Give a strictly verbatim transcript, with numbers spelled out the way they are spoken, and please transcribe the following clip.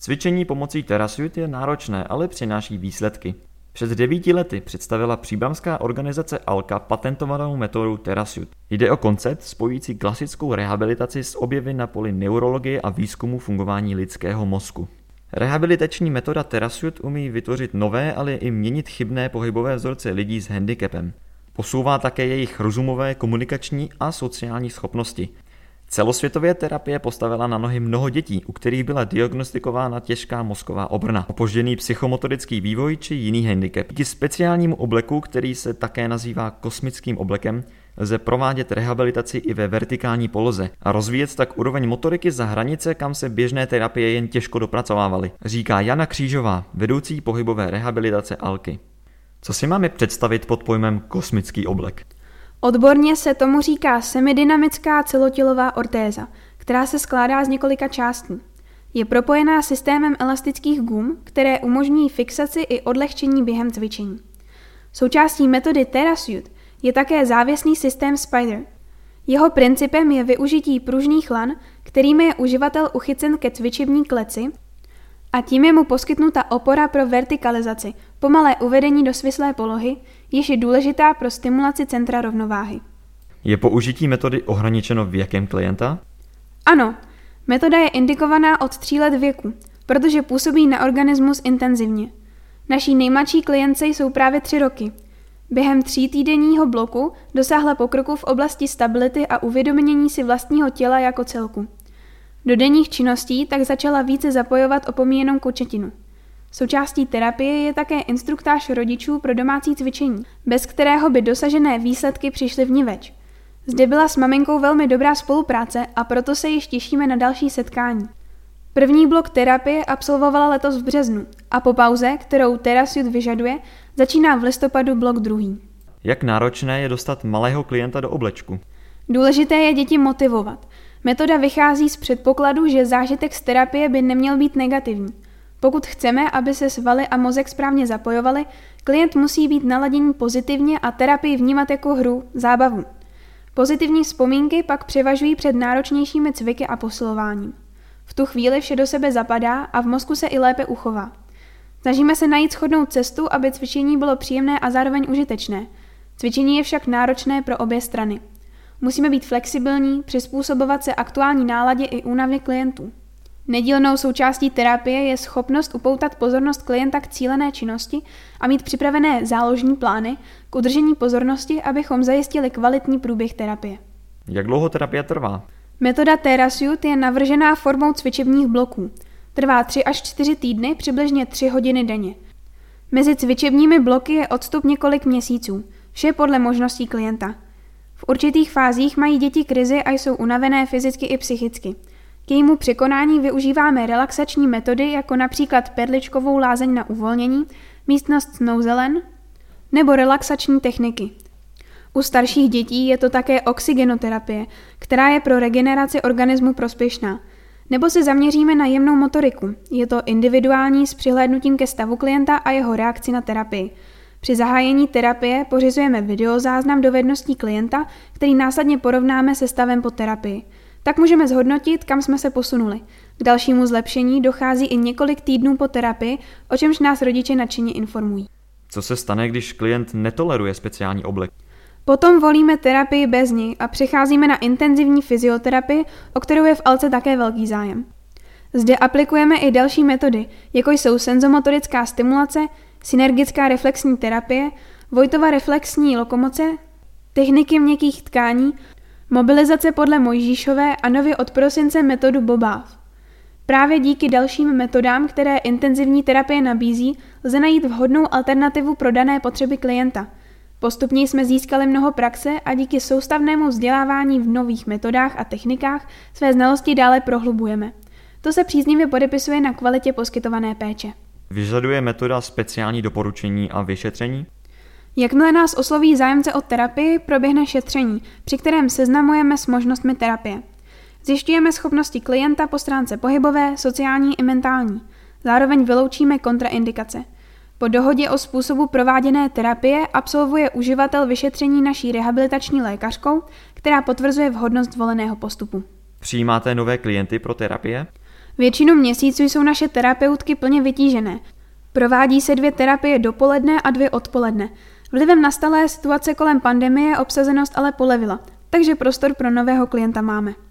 Cvičení pomocí TheraSuit je náročné, ale přináší výsledky. Před devíti lety představila příbramská organizace Alka patentovanou metodu TheraSuit. Jde o koncept spojující klasickou rehabilitaci s objevy na poli neurologie a výzkumu fungování lidského mozku. Rehabilitační metoda TheraSuit umí vytvořit nové, ale i měnit chybné pohybové vzorce lidí s handicapem. Posouvá také jejich rozumové, komunikační a sociální schopnosti. Celosvětově terapie postavila na nohy mnoho dětí, u kterých byla diagnostikována těžká mozková obrna, opožděný psychomotorický vývoj či jiný handicap. Díky speciálnímu obleku, který se také nazývá kosmickým oblekem, lze provádět rehabilitaci i ve vertikální poloze a rozvíjet tak úroveň motoriky za hranice, kam se běžné terapie jen těžko dopracovávaly, říká Jana Křížová, vedoucí pohybové rehabilitace Alky. Co si máme představit pod pojmem kosmický oblek? Odborně se tomu říká semidynamická celotělová ortéza, která se skládá z několika částí. Je propojená systémem elastických gum, které umožňují fixaci i odlehčení během cvičení. Součástí metody TheraSuit je také závěsný systém Spider. Jeho principem je využití pružných lan, kterými je uživatel uchycen ke cvičební kleci, a tím je mu poskytnuta opora pro vertikalizaci, pomalé uvedení do svislé polohy, jež je důležitá pro stimulaci centra rovnováhy. Je použití metody ohraničeno věkem klienta? Ano, metoda je indikovaná od tří let věku, protože působí na organismus intenzivně. Naší nejmladší klientce jsou právě tři roky. Během tří týdenního bloku dosáhla pokroku v oblasti stability a uvědomění si vlastního těla jako celku. Do denních činností tak začala více zapojovat opomíjenou kočetinu. Součástí terapie je také instruktáž rodičů pro domácí cvičení, bez kterého by dosažené výsledky přišly vniveč. Zde byla s maminkou velmi dobrá spolupráce a proto se již těšíme na další setkání. První blok terapie absolvovala letos v březnu a po pauze, kterou TheraSuit vyžaduje, začíná v listopadu blok druhý. Jak náročné je dostat malého klienta do oblečku? Důležité je děti motivovat. Metoda vychází z předpokladu, že zážitek z terapie by neměl být negativní. Pokud chceme, aby se svaly a mozek správně zapojovaly, klient musí být naladěný pozitivně a terapii vnímat jako hru, zábavu. Pozitivní vzpomínky pak převažují před náročnějšími cviky a posilováním. V tu chvíli vše do sebe zapadá a v mozku se i lépe uchová. Snažíme se najít shodnou cestu, aby cvičení bylo příjemné a zároveň užitečné. Cvičení je však náročné pro obě strany. Musíme být flexibilní, přizpůsobovat se aktuální náladě i únavě klientů. Nedílnou součástí terapie je schopnost upoutat pozornost klienta k cílené činnosti a mít připravené záložní plány k udržení pozornosti, abychom zajistili kvalitní průběh terapie. Jak dlouho terapie trvá? Metoda TheraSuit je navržená formou cvičebních bloků. Trvá tři až čtyři týdny, přibližně tři hodiny denně. Mezi cvičebními bloky je odstup několik měsíců, vše podle možností klienta. V určitých fázích mají děti krizi a jsou unavené fyzicky i psychicky. K jejímu překonání využíváme relaxační metody, jako například perličkovou lázeň na uvolnění, místnost Snoozelen nebo relaxační techniky. U starších dětí je to také oxygenoterapie, která je pro regeneraci organismu prospěšná. Nebo se zaměříme na jemnou motoriku. Je to individuální s přihlédnutím ke stavu klienta a jeho reakci na terapii. Při zahájení terapie pořizujeme videozáznam dovedností klienta, který následně porovnáme se stavem po terapii. Tak můžeme zhodnotit, kam jsme se posunuli. K dalšímu zlepšení dochází i několik týdnů po terapii, o čemž nás rodiče nadšeně informují. Co se stane, když klient netoleruje speciální oblek? Potom volíme terapii bez něj a přecházíme na intenzivní fyzioterapii, o kterou je v Alce také velký zájem. Zde aplikujeme i další metody, jako jsou senzomotorická stimulace, synergická reflexní terapie, Vojtova reflexní lokomoce, techniky měkkých tkání, mobilizace podle Mojžíšové a nově od prosince metodu Bobáv. Právě díky dalším metodám, které intenzivní terapie nabízí, lze najít vhodnou alternativu pro dané potřeby klienta. Postupně jsme získali mnoho praxe a díky soustavnému vzdělávání v nových metodách a technikách své znalosti dále prohlubujeme. To se příznivě podepisuje na kvalitě poskytované péče. Vyžaduje metoda speciální doporučení a vyšetření? Jakmile nás osloví zájemce o terapii, proběhne šetření, při kterém seznamujeme s možnostmi terapie. Zjišťujeme schopnosti klienta po stránce pohybové, sociální i mentální. Zároveň vyloučíme kontraindikace. Po dohodě o způsobu prováděné terapie absolvuje uživatel vyšetření naší rehabilitační lékařkou, která potvrzuje vhodnost voleného postupu. Přijímáte nové klienty pro terapie? Většinu měsíců jsou naše terapeutky plně vytížené. Provádí se dvě terapie dopoledne a dvě odpoledne. Vlivem nastalé situace kolem pandemie obsazenost ale polevila, takže prostor pro nového klienta máme.